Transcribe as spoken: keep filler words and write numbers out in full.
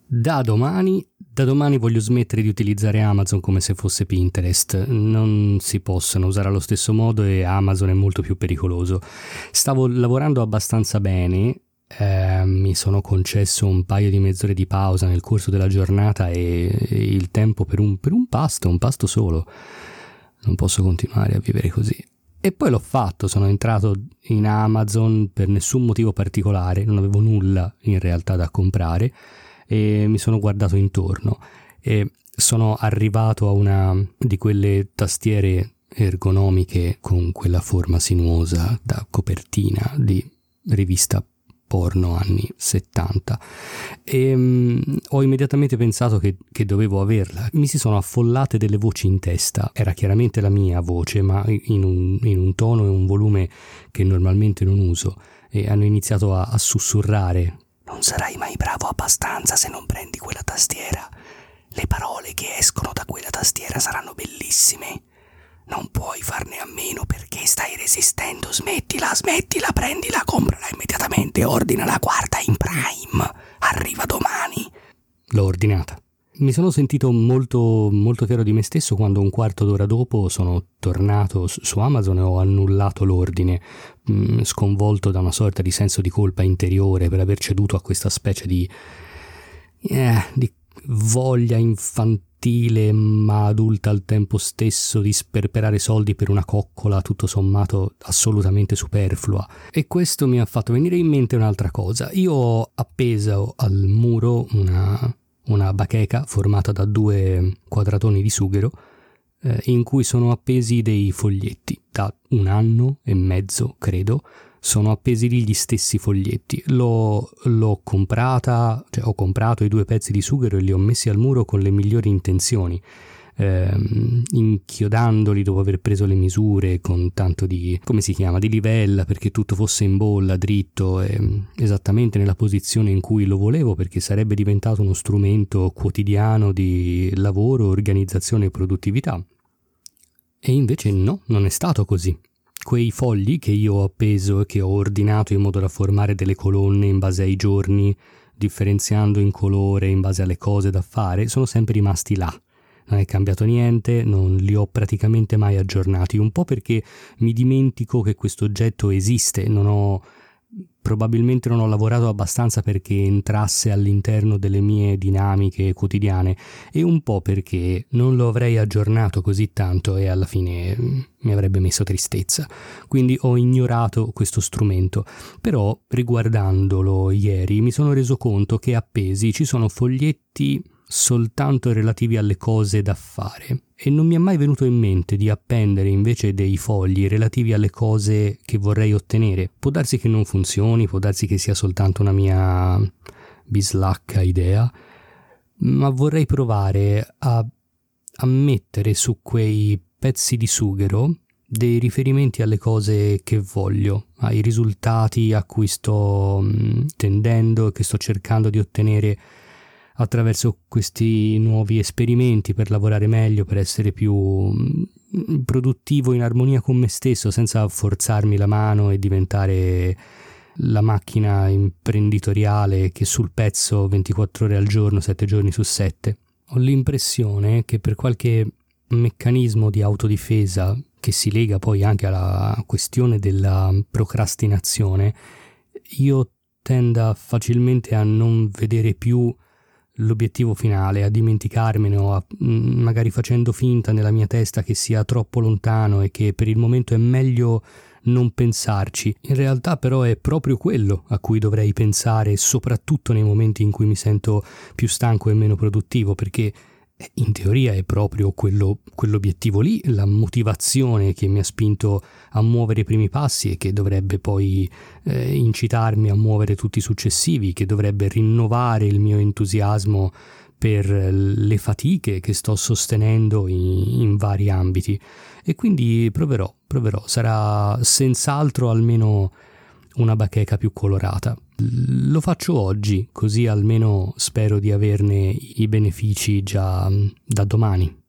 Da domani, da domani voglio smettere di utilizzare Amazon come se fosse Pinterest. Non si possono usare allo stesso modo e Amazon è molto più pericoloso. Stavo lavorando abbastanza bene, eh, mi sono concesso un paio di mezz'ore di pausa nel corso della giornata e il tempo per un, per un pasto, un pasto solo. Non posso continuare a vivere così. E poi l'ho fatto, sono entrato in Amazon per nessun motivo particolare, non avevo nulla in realtà da comprare. E mi sono guardato intorno e sono arrivato a una di quelle tastiere ergonomiche con quella forma sinuosa da copertina di rivista porno anni settanta e um, ho immediatamente pensato che, che dovevo averla. Mi si sono affollate delle voci in testa, era chiaramente la mia voce ma in un, in un tono e un volume che normalmente non uso, e hanno iniziato a, a sussurrare: non sarai mai bravo abbastanza se non prendi quella tastiera. Le parole che escono da quella tastiera saranno bellissime. Non puoi farne a meno perché stai resistendo. Smettila, smettila, prendila, comprala immediatamente, ordinala, guarda in Prime. Arriva domani. L'ho ordinata. Mi sono sentito molto, molto fiero di me stesso quando un quarto d'ora dopo sono tornato su Amazon e ho annullato l'ordine, mh, sconvolto da una sorta di senso di colpa interiore per aver ceduto a questa specie di, eh, di voglia infantile ma adulta al tempo stesso di sperperare soldi per una coccola tutto sommato assolutamente superflua. E questo mi ha fatto venire in mente un'altra cosa. Io ho appeso al muro una... una bacheca formata da due quadratoni di sughero eh, in cui sono appesi dei foglietti. Da un anno e mezzo, credo, sono appesi lì gli stessi foglietti. L'ho, l'ho comprata, cioè ho comprato i due pezzi di sughero e li ho messi al muro con le migliori intenzioni, ehm, inchiodandoli dopo aver preso le misure con tanto di, come si chiama, di livella, perché tutto fosse in bolla, dritto, e esattamente nella posizione in cui lo volevo, perché sarebbe diventato uno strumento quotidiano di lavoro, organizzazione e produttività. E invece no, non è stato così. Quei fogli che io ho appeso e che ho ordinato in modo da formare delle colonne in base ai giorni, differenziando in colore in base alle cose da fare, sono sempre rimasti là. Non è cambiato niente, non li ho praticamente mai aggiornati, un po' perché mi dimentico che questo oggetto esiste, non ho probabilmente non ho lavorato abbastanza perché entrasse all'interno delle mie dinamiche quotidiane, e un po' perché non lo avrei aggiornato così tanto e alla fine mi avrebbe messo tristezza. Quindi ho ignorato questo strumento. Però riguardandolo ieri mi sono reso conto che appesi ci sono foglietti soltanto relativi alle cose da fare, e non mi è mai venuto in mente di appendere invece dei fogli relativi alle cose che vorrei ottenere. Può darsi che non funzioni, può darsi che sia soltanto una mia bislacca idea, ma vorrei provare a, a mettere su quei pezzi di sughero dei riferimenti alle cose che voglio, ai risultati a cui sto mh, tendendo e che sto cercando di ottenere attraverso questi nuovi esperimenti per lavorare meglio, per essere più produttivo, in armonia con me stesso, senza forzarmi la mano e diventare la macchina imprenditoriale che sul pezzo ventiquattro ore al giorno, sette giorni su sette. Ho l'impressione che per qualche meccanismo di autodifesa che si lega poi anche alla questione della procrastinazione, io tenda facilmente a non vedere più l'obiettivo finale, a dimenticarmene o a, magari facendo finta nella mia testa che sia troppo lontano e che per il momento è meglio non pensarci. In realtà però è proprio quello a cui dovrei pensare, soprattutto nei momenti in cui mi sento più stanco e meno produttivo, perché in teoria è proprio quello, quell'obiettivo lì, la motivazione che mi ha spinto a muovere i primi passi e che dovrebbe poi eh, incitarmi a muovere tutti i successivi, che dovrebbe rinnovare il mio entusiasmo per le fatiche che sto sostenendo in, in vari ambiti. E quindi proverò, proverò, sarà senz'altro almeno una bacheca più colorata. Lo faccio oggi, così almeno spero di averne i benefici già da domani.